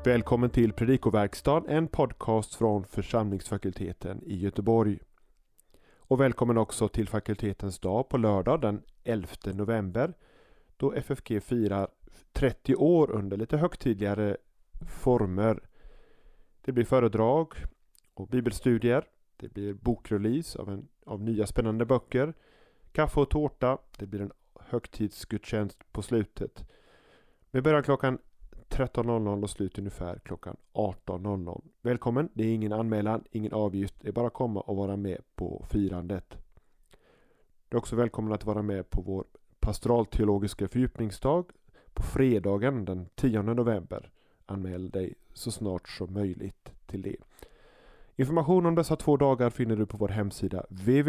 Välkommen till Predikoverkstan, en podcast från församlingsfakulteten i Göteborg. Och välkommen också till fakultetens dag på lördag den 11 november, då FFG firar 30 år under lite högtidligare former. Det blir föredrag och bibelstudier, det blir bokrelease av nya spännande böcker, kaffe och tårta, det blir en högtidsgudstjänst på slutet. Vi börjar klockan 13.00 och slut ungefär klockan 18.00. Välkommen, det är ingen anmälan, ingen avgift, det är bara att komma och vara med på firandet. Du är också välkommen att vara med på vår pastoralteologiska fördjupningsdag på fredagen den 10 november. Anmäl dig så snart som möjligt till det. Information om dessa 2 dagar finner du på vår hemsida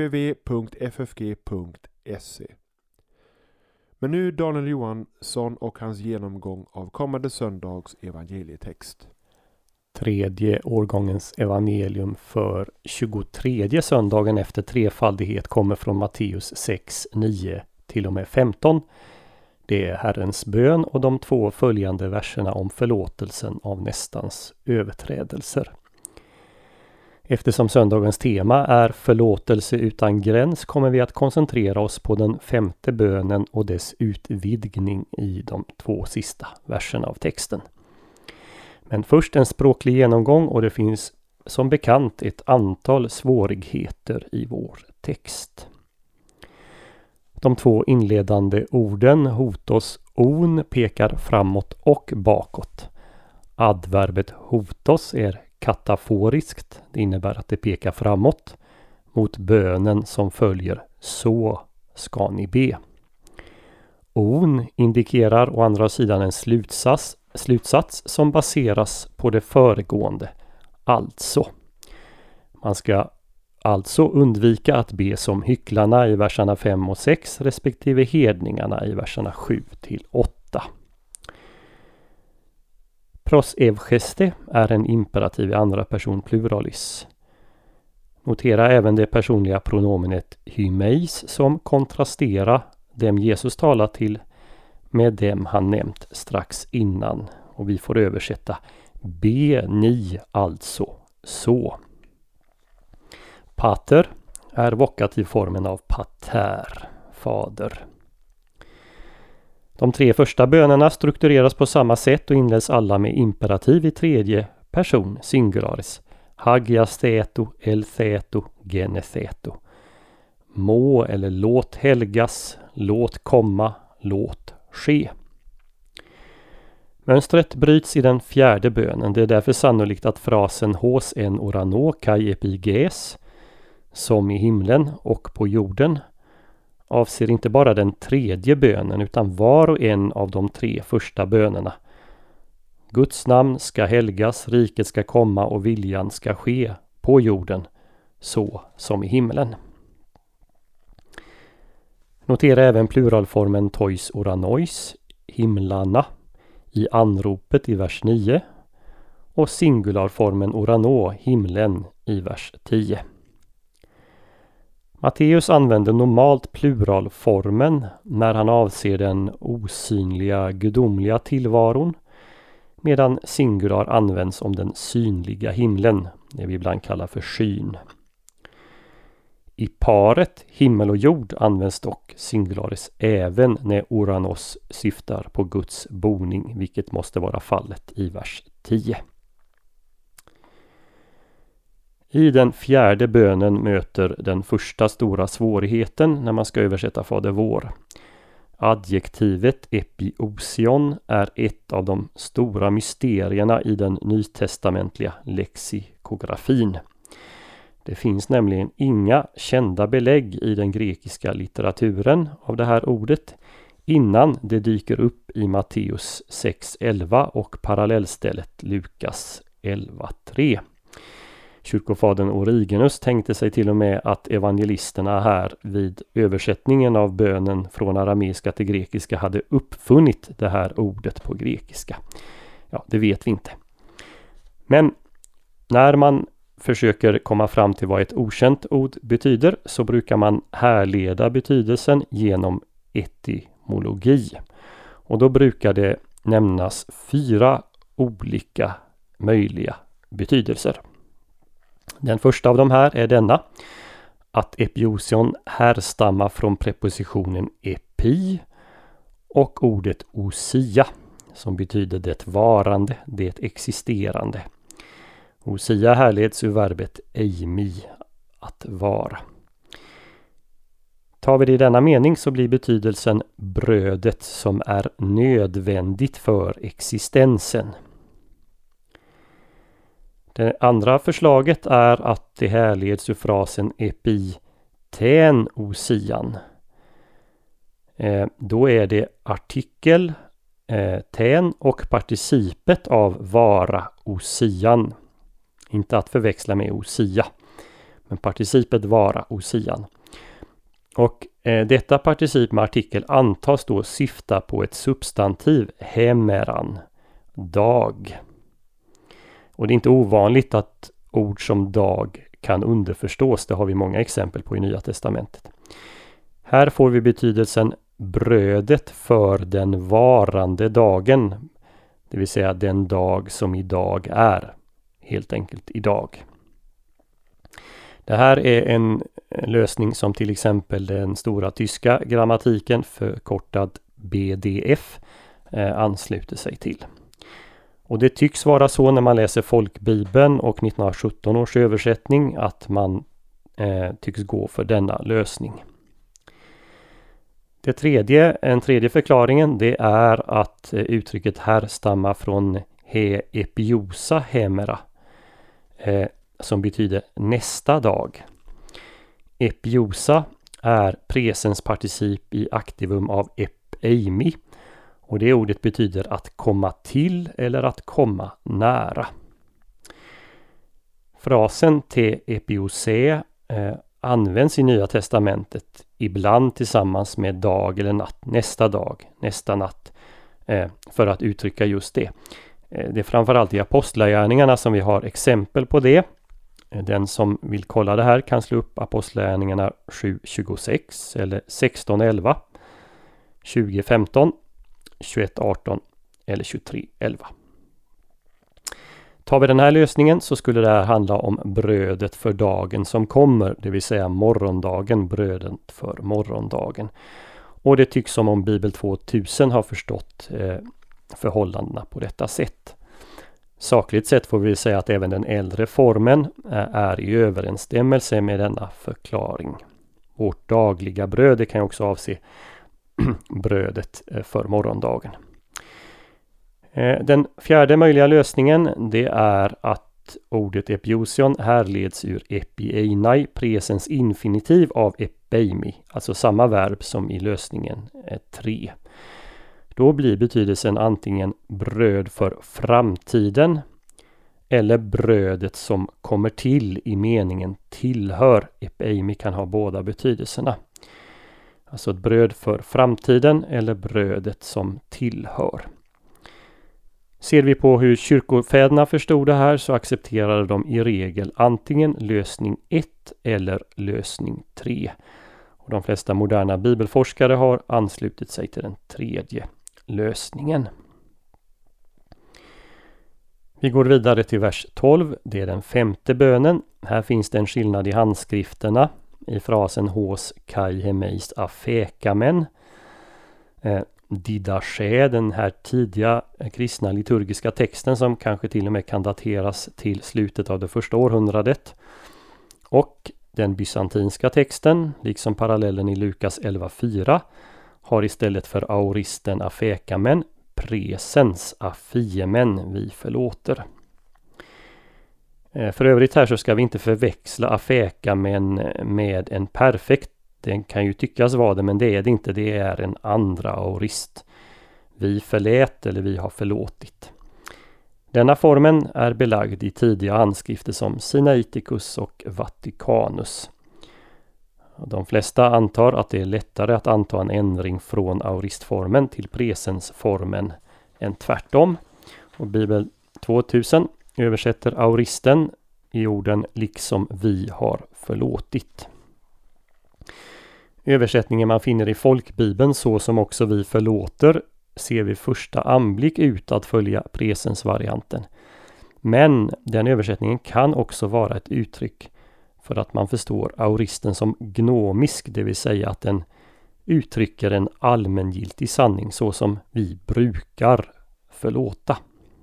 www.ffg.se. Men nu Daniel Johansson och hans genomgång av kommande söndags evangelietext. 3:e årgångens evangelium för 23:e söndagen efter trefaldighet kommer från Matteus 6, 9 till och med 15. Det är Herrens bön och de 2 följande verserna om förlåtelsen av nästans överträdelser. Eftersom söndagens tema är förlåtelse utan gräns kommer vi att koncentrera oss på den 5:e bönen och dess utvidgning i de 2 sista verserna av texten. Men först en språklig genomgång, och det finns som bekant ett antal svårigheter i vår text. De 2 inledande orden hotos on pekar framåt och bakåt. Adverbet hotos är kataforiskt, det innebär att det pekar framåt mot bönen som följer: så ska ni be. On indikerar å andra sidan en slutsats som baseras på det föregående, alltså. Man ska alltså undvika att be som hycklarna i verserna 5 och 6 respektive hedningarna i verserna 7 till 8. Pros evgeste är en imperativ i andra person pluralis. Notera även det personliga pronomenet hymeis som kontrasterar dem Jesus talar till med dem han nämnt strax innan. Och vi får översätta: be ni alltså så. Pater är vokativformen av pater, fader. De 3 första bönerna struktureras på samma sätt och inleds alla med imperativ i 3:e person, singularis. Hagias theto, el theto, gene theto. Må eller låt helgas, låt komma, låt ske. Mönstret bryts i den 4:e bönen. Det är därför sannolikt att frasen hos en orano kai epiges, som i himlen och på jorden, avser inte bara den 3:e bönen utan var och en av de 3 första bönerna. Guds namn ska helgas, riket ska komma och viljan ska ske på jorden så som i himlen. Notera även pluralformen tois oranois, himlarna, i anropet i vers 9 och singularformen orano, himlen, i vers 10. Matteus använder normalt pluralformen när han avser den osynliga gudomliga tillvaron, medan singular används om den synliga himlen, det vi ibland kallar för skyn. I paret himmel och jord används dock singularis även när oranos syftar på Guds boning, vilket måste vara fallet i vers 10. I den 4:e bönen möter den första stora svårigheten när man ska översätta Fader vår. Adjektivet epiosion är ett av de stora mysterierna i den nytestamentliga lexikografin. Det finns nämligen inga kända belägg i den grekiska litteraturen av det här ordet innan det dyker upp i Matteus 6:11 och parallellstället Lukas 11:3. Kyrkofadern Origenus tänkte sig till och med att evangelisterna här vid översättningen av bönen från arameiska till grekiska hade uppfunnit det här ordet på grekiska. Ja, det vet vi inte. Men när man försöker komma fram till vad ett okänt ord betyder så brukar man härleda betydelsen genom etymologi. Och då brukar det nämnas 4 olika möjliga betydelser. Den första av de här är denna, att epiosion härstammar från prepositionen epi och ordet osia som betyder det varande, det existerande. Osia härleds ur verbet eimi, att vara. Tar vi det i denna mening så blir betydelsen brödet som är nödvändigt för existensen. Det andra förslaget är att det härleds ur frasen epitän osian. Då är det artikel tän och participet av vara osian. Inte att förväxla med osia, men participet vara osian. Och detta particip med artikel antas då syfta på ett substantiv, hemeran, dag. Och det är inte ovanligt att ord som dag kan underförstås. Det har vi många exempel på i Nya testamentet. Här får vi betydelsen brödet för den varande dagen. Det vill säga den dag som idag är. Helt enkelt idag. Det här är en lösning som till exempel den stora tyska grammatiken, förkortad BDF, ansluter sig till. Och det tycks vara så när man läser folkbibeln och 1917 års översättning att man tycks gå för denna lösning. En tredje förklaringen, det är att uttrycket härstammar från he epiosa hemera, som betyder nästa dag. Epiosa är presensparticip i aktivum av eimi, och det ordet betyder att komma till eller att komma nära. Frasen te epiose används i Nya testamentet ibland tillsammans med dag eller natt, nästa dag, nästa natt, för att uttrycka just det. Det är framförallt i apostlagärningarna som vi har exempel på det. Den som vill kolla det här kan slå upp apostlagärningarna 7:26 eller 16:11, 20:15, 21:18 eller 23:11. Tar vi den här lösningen så skulle det här handla om brödet för dagen som kommer, det vill säga morgondagen, brödet för morgondagen. Och det tycks som om Bibel 2000 har förstått förhållandena på detta sätt. Sakligt sett får vi säga att även den äldre formen är i överensstämmelse med denna förklaring. Vårt dagliga bröd, det kan ju också avse brödet för morgondagen. Den fjärde möjliga lösningen, det är att ordet epiosion härleds ur epieinai, presens infinitiv av epeimi, alltså samma verb som i lösningen 3. Då blir betydelsen antingen bröd för framtiden eller brödet som kommer till i meningen tillhör. Epeimi kan ha båda betydelserna. Alltså ett bröd för framtiden eller brödet som tillhör. Ser vi på hur kyrkofäderna förstod det här så accepterade de i regel antingen lösning 1 eller lösning 3. Och de flesta moderna bibelforskare har anslutit sig till den tredje lösningen. Vi går vidare till vers 12. Det är den femte bönen. Här finns det en skillnad i handskrifterna. I frasen hos kai hemeis afekamen. Didache, den här tidiga kristna liturgiska texten som kanske till och med kan dateras till slutet av det första århundradet. Och den bysantinska texten, liksom parallellen i Lukas 11:4, har istället för aoristen afekamen presens afiemen, vi förlåter. För övrigt här så ska vi inte förväxla afekamen med en perfekt. Den kan ju tyckas vara det, men det är det inte. Det är en andra aorist. Vi förlät eller vi har förlåtit. Denna formen är belagd i tidiga handskrifter som Sinaiticus och Vaticanus. De flesta antar att det är lättare att anta en ändring från aoristformen till presensformen än tvärtom. Och Bibel 2000 översätter aoristen i orden liksom vi har förlåtit. Översättningen man finner i folkbibeln så som också vi förlåter ser vid första anblick ut att följa presensvarianten. Men den översättningen kan också vara ett uttryck för att man förstår aoristen som gnomisk, det vill säga att den uttrycker en allmängiltig sanning så som vi brukar förlåta.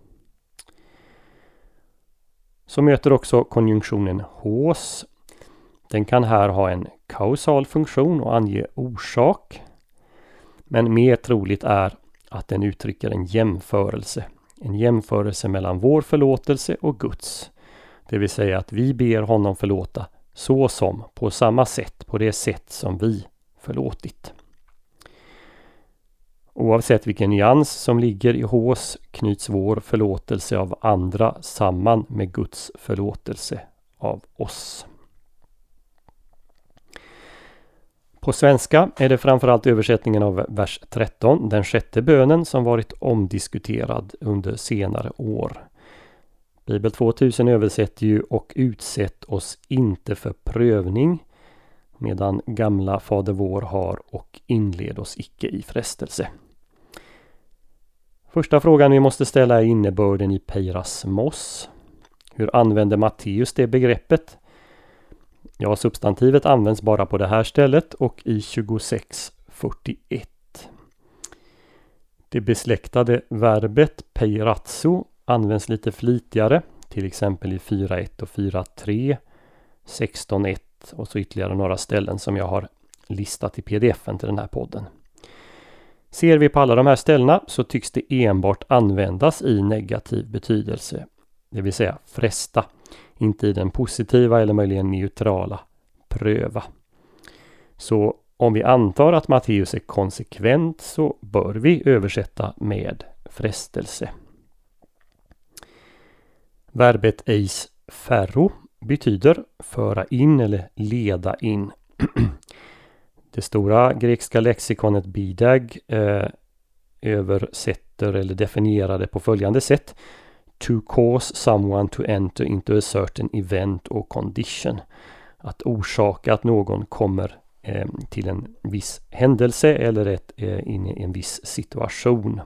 Så möter också konjunktionen hås. Den kan här ha en kausal funktion och ange orsak. Men mer troligt är att den uttrycker en jämförelse. En jämförelse mellan vår förlåtelse och Guds. Det vill säga att vi ber honom förlåta så som, på samma sätt, på det sätt som vi förlåtit. Oavsett vilken nyans som ligger i hås knyts vår förlåtelse av andra samman med Guds förlåtelse av oss. På svenska är det framförallt översättningen av vers 13, den sjätte bönen, som varit omdiskuterad under senare år. Bibel 2000 översätter ju och utsätt oss inte för prövning, medan gamla Fader vår har och inled oss icke i frestelse. Första frågan vi måste ställa är innebörden i peirasmos. Hur använder Matteus det begreppet? Ja, substantivet används bara på det här stället och i 26:41. Det besläktade verbet peiratso används lite flitigare, till exempel i 4:1 och 4:3, 16:1 och så ytterligare några ställen som jag har listat i pdf-en till den här podden. Ser vi på alla de här ställena så tycks det enbart användas i negativ betydelse, det vill säga fresta, inte i den positiva eller möjligen neutrala pröva. Så om vi antar att Matteus är konsekvent så bör vi översätta med frestelse. Verbet eis ferro betyder föra in eller leda in. Det stora grekiska lexikonet Bidag översätter eller definierar det på följande sätt: to cause someone to enter into a certain event or condition. Att orsaka att någon kommer till en viss händelse eller in i en viss situation.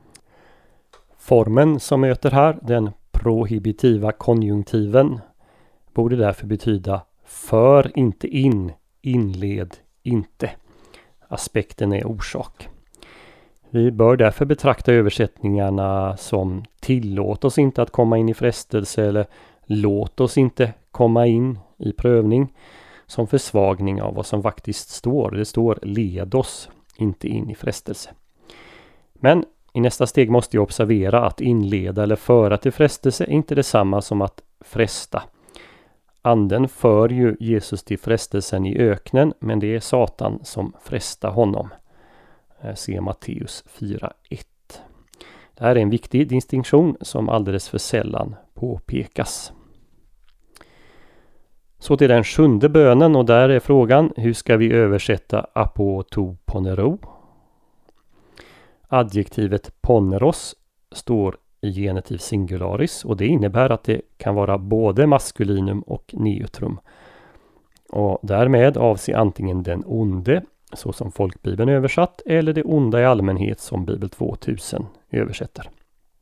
Formen som möter här, den prohibitiva konjunktiven, borde därför betyda för inte in, inled inte. Aspekten är orsak. Vi bör därför betrakta översättningarna som tillåt oss inte att komma in i frestelse eller låt oss inte komma in i prövning som försvagning av vad som faktiskt står. Det står led oss inte in i frestelse. Men i nästa steg måste jag observera att inleda eller föra till frestelse är inte detsamma som att fresta. Anden för ju Jesus till frestelsen i öknen, men det är Satan som frestar honom. Se Matteus 4:1. Det här är en viktig distinktion som alldeles för sällan påpekas. Så till den sjunde bönen, och där är frågan: hur ska vi översätta apo to ponero? Adjektivet poneros står i genitiv singularis och det innebär att det kan vara både maskulinum och neutrum. Och därmed avser antingen den onde, så som folkbibeln översatt, eller det onda i allmänhet som Bibel 2000 översätter.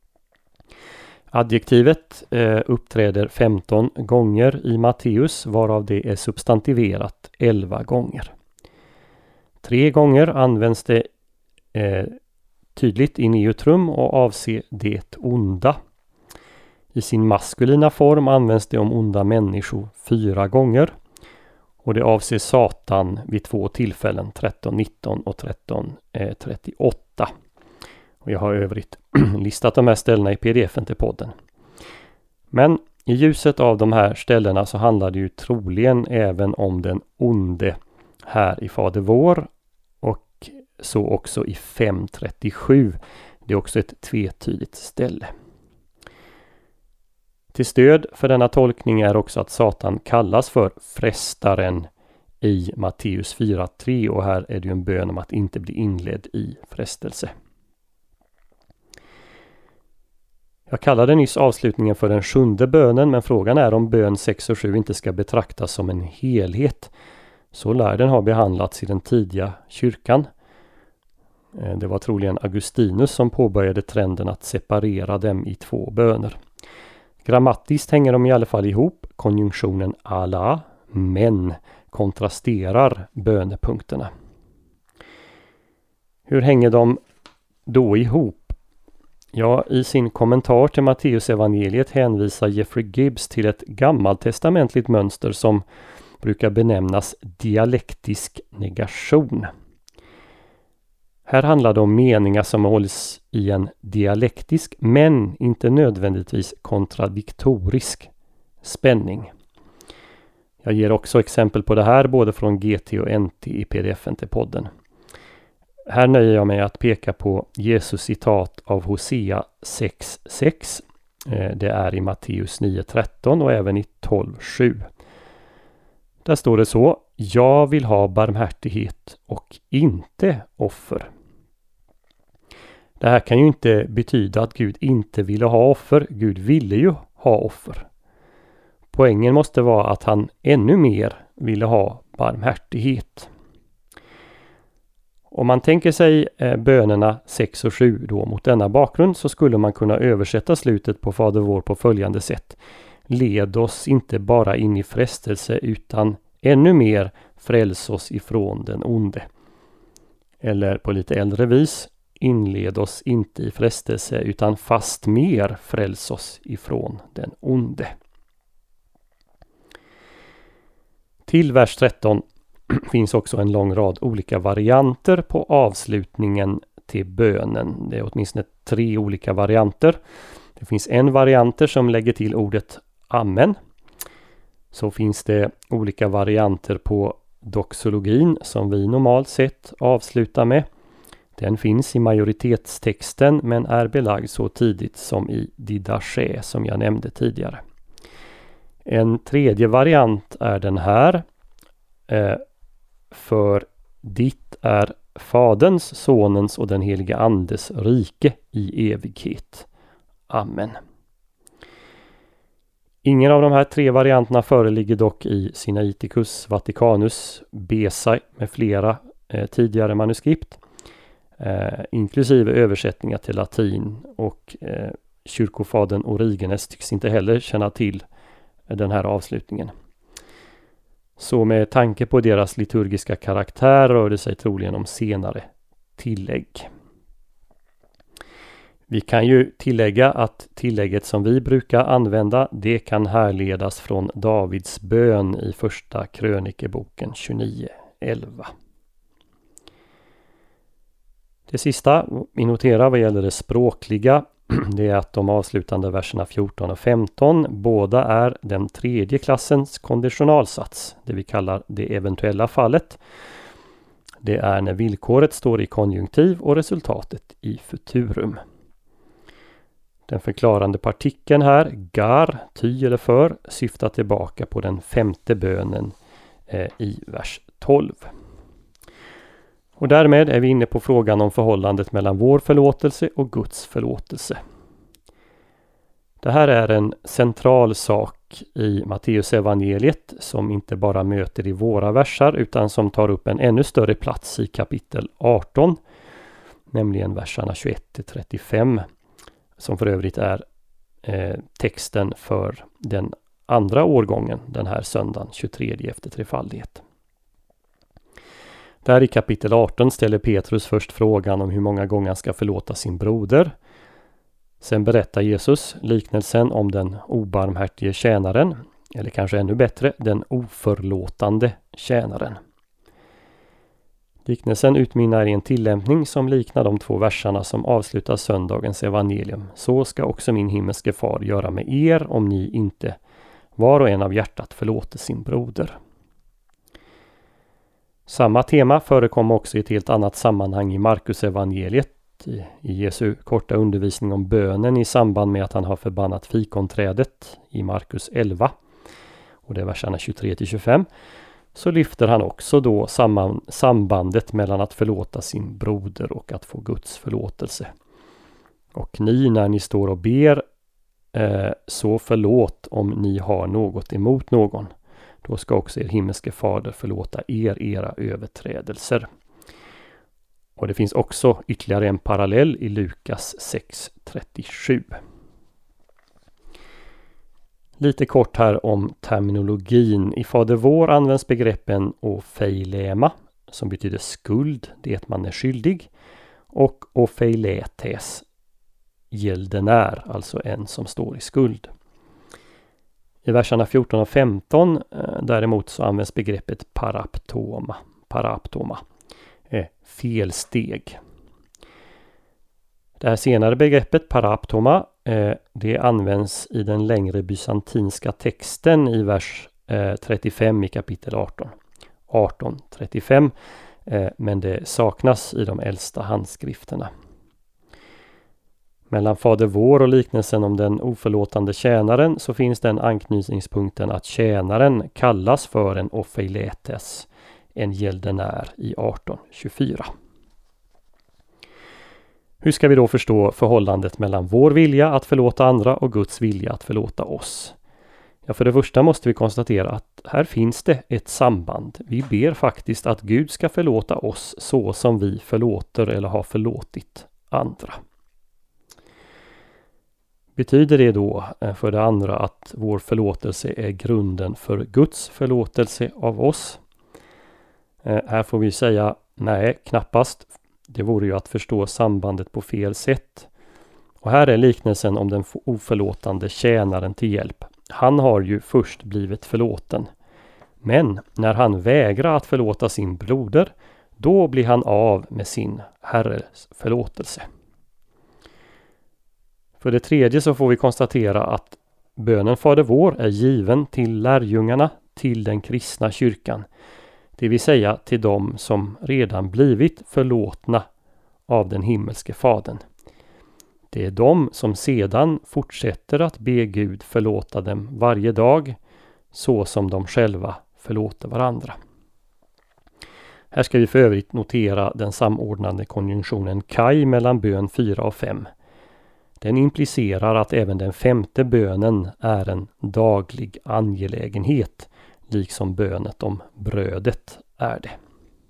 Adjektivet uppträder 15 gånger i Matteus, varav det är substantiverat 11 gånger. 3 gånger används det tydligt i neutrum och avser det onda. I sin maskulina form används det om onda människor 4 gånger. Och det avser Satan vid 2 tillfällen, 13:19 och 13:38. Och jag har övrigt listat de här ställena i pdf-en till podden. Men i ljuset av de här ställena så handlar det ju troligen även om den onde här i Fader vår, och så också i 5:37. Det är också ett tvetydigt ställe. Till stöd för denna tolkning är också att Satan kallas för frestaren i Matteus 4:3, och här är det ju en bön om att inte bli inledd i frestelse. Jag kallade nyss avslutningen för den sjunde bönen, men frågan är om bön 6 och 7 inte ska betraktas som en helhet. Så lär den ha behandlats i den tidiga kyrkan. Det var troligen Augustinus som påbörjade trenden att separera dem i 2 böner. Grammatiskt hänger de i alla fall ihop. Konjunktionen alla, men kontrasterar bönepunkterna. Hur hänger de då ihop? Ja, i sin kommentar till Matteus evangeliet hänvisar Jeffrey Gibbs till ett gammaltestamentligt mönster som brukar benämnas dialektisk negation. Här handlar det om meningar som hålls i en dialektisk men inte nödvändigtvis kontradiktorisk spänning. Jag ger också exempel på det här både från GT och NT i pdf-en till podden. Här nöjer jag mig att peka på Jesus citat av Hosea 6.6. Det är i Matteus 9.13 och även i 12.7. Där står det så: jag vill ha barmhärtighet och inte offer. Det här kan ju inte betyda att Gud inte ville ha offer. Gud ville ju ha offer. Poängen måste vara att han ännu mer ville ha barmhärtighet. Om man tänker sig bönerna 6 och 7 då mot denna bakgrund, så skulle man kunna översätta slutet på Fader vår på följande sätt: led oss inte bara in i frestelse utan ännu mer fräls oss ifrån den onde. Eller på lite äldre vis: inled oss inte i frestelse utan fast mer fräls oss ifrån den onde. Till vers 13 finns också en lång rad olika varianter på avslutningen till bönen. Det är åtminstone 3 olika varianter. Det finns en varianter som lägger till ordet amen. Så finns det olika varianter på doxologin som vi normalt sett avslutar med. Den finns i majoritetstexten men är belagd så tidigt som i didache som jag nämnde tidigare. En tredje variant är den här. För ditt är Faderns, Sonens och den helige Andes rike i evighet. Amen. Ingen av de här 3 varianterna föreligger dock i Sinaiticus Vaticanus, Besai med flera tidigare manuskript, inklusive översättningar till latin, och kyrkofadern Origenes tycks inte heller känna till den här avslutningen. Så med tanke på deras liturgiska karaktär rör det sig troligen om senare tillägg. Vi kan ju tillägga att tillägget som vi brukar använda, det kan härledas från Davids bön i första krönikeboken 29:11. Det sista vi noterar vad gäller det språkliga, det är att de avslutande verserna 14 och 15 båda är den 3:e klassens konditionalsats, det vi kallar det eventuella fallet. Det är när villkoret står i konjunktiv och resultatet i futurum. Den förklarande partikeln här, gar, ty eller för, syftar tillbaka på den 5:e bönen i vers 12. Och därmed är vi inne på frågan om förhållandet mellan vår förlåtelse och Guds förlåtelse. Det här är en central sak i Matteus evangeliet som inte bara möter i våra versar utan som tar upp en ännu större plats i kapitel 18, nämligen verserna 21-35, som för övrigt är texten för den andra årgången den här söndagen, 23 efter trefaldighet. Där i kapitel 18 ställer Petrus först frågan om hur många gånger han ska förlåta sin broder. Sen berättar Jesus liknelsen om den obarmhärtige tjänaren, eller kanske ännu bättre, den oförlåtande tjänaren. Liknelsen utmynnar i en tillämpning som liknar de 2 verserna som avslutar söndagens evangelium. Så ska också min himmelske far göra med er om ni inte var och en av hjärtat förlåter sin broder. Samma tema förekommer också i ett helt annat sammanhang i Markus evangeliet, i Jesu korta undervisning om bönen i samband med att han har förbannat fikonträdet i Markus 11, och det är verserna 23-25. Så lyfter han också då sambandet mellan att förlåta sin broder och att få Guds förlåtelse. Och ni, när ni står och ber, så förlåt om ni har något emot någon. Då ska också er himmelske fader förlåta er era överträdelser. Och det finns också ytterligare en parallell i Lukas 6:37. Lite kort här om terminologin. I Fader vår används begreppen ofeilema, som betyder skuld, det man är skyldig, och ofeiletes, gäldenär, alltså en som står i skuld. I verserna 14 och 15 däremot så används begreppet paraptoma, felsteg. Det här senare begreppet paraptoma det används i den längre bysantinska texten i vers 35 i kapitel 18. 18:35, men det saknas i de äldsta handskrifterna. Mellan Fader vår och liknelsen om den oförlåtande tjänaren så finns den anknytningspunkten att tjänaren kallas för en ofeiletes, en gäldenär i 18:24. Hur ska vi då förstå förhållandet mellan vår vilja att förlåta andra och Guds vilja att förlåta oss? Ja, för det första måste vi konstatera att här finns det ett samband. Vi ber faktiskt att Gud ska förlåta oss så som vi förlåter eller har förlåtit andra. Betyder det då för det andra att vår förlåtelse är grunden för Guds förlåtelse av oss? Här får vi säga nej, knappast. Det vore ju att förstå sambandet på fel sätt. Och här är liknelsen om den oförlåtande tjänaren till hjälp. Han har ju först blivit förlåten. Men när han vägrar att förlåta sin broder, då blir han av med sin herres förlåtelse. För det tredje så får vi konstatera att bönen Fader vår är given till lärjungarna, till den kristna kyrkan. Det vill säga till dem som redan blivit förlåtna av den himmelske fadern. Det är de som sedan fortsätter att be Gud förlåta dem varje dag, så som de själva förlåter varandra. Här ska vi för övrigt notera den samordnande konjunktionen kai mellan bön 4 och 5. Den implicerar att även den femte bönen är en daglig angelägenhet, liksom bönet om brödet är det.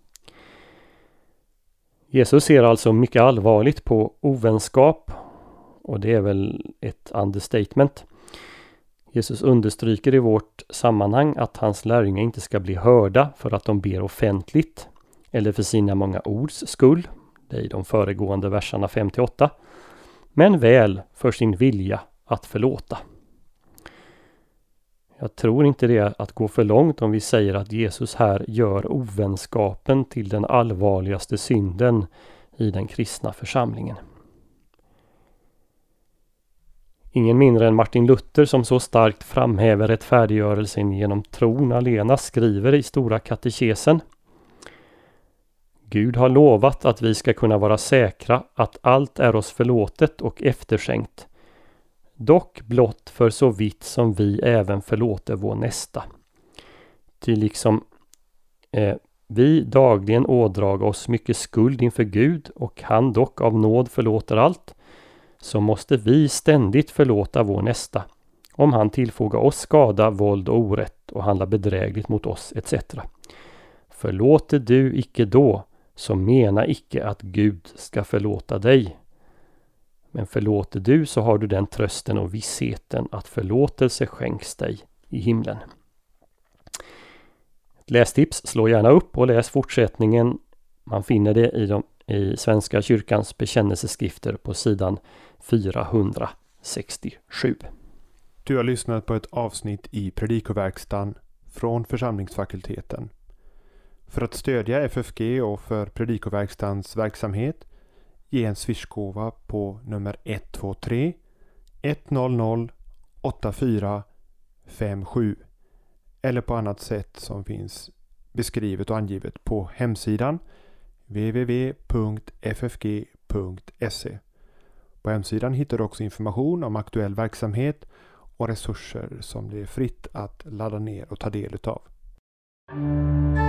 Jesus ser alltså mycket allvarligt på ovänskap, och det är väl ett understatement. Jesus understryker i vårt sammanhang att hans lärjungar inte ska bli hörda för att de ber offentligt eller för sina många ords skull, det är i de föregående verserna 5-8, men väl för sin vilja att förlåta. Jag tror inte det är att gå för långt om vi säger att Jesus här gör ovänskapen till den allvarligaste synden i den kristna församlingen. Ingen mindre än Martin Luther, som så starkt framhäver rättfärdiggörelsen genom tron alena, skriver i Stora katekesen: Gud har lovat att vi ska kunna vara säkra att allt är oss förlåtet och efterskänkt, dock blott för så vitt som vi även förlåter vår nästa. Ty liksom vi dagligen ådrar oss mycket skuld inför Gud och han dock av nåd förlåter allt, så måste vi ständigt förlåta vår nästa, om han tillfogar oss skada, våld och orätt och handlar bedrägligt mot oss etc. Förlåter du icke då, så mena icke att Gud ska förlåta dig. Men förlåter du, så har du den trösten och vissheten att förlåtelse skänks dig i himlen. Ett lästips, slå gärna upp och läs fortsättningen. Man finner det i Svenska kyrkans bekännelseskrifter på sidan 467. Du har lyssnat på ett avsnitt i Predikoverkstan från församlingsfakulteten. För att stödja FFG och för Predikoverkstans verksamhet, ge en swishgåva på nummer 123 100 8457 eller på annat sätt som finns beskrivet och angivet på hemsidan www.ffg.se. På hemsidan hittar du också information om aktuell verksamhet och resurser som det är fritt att ladda ner och ta del utav.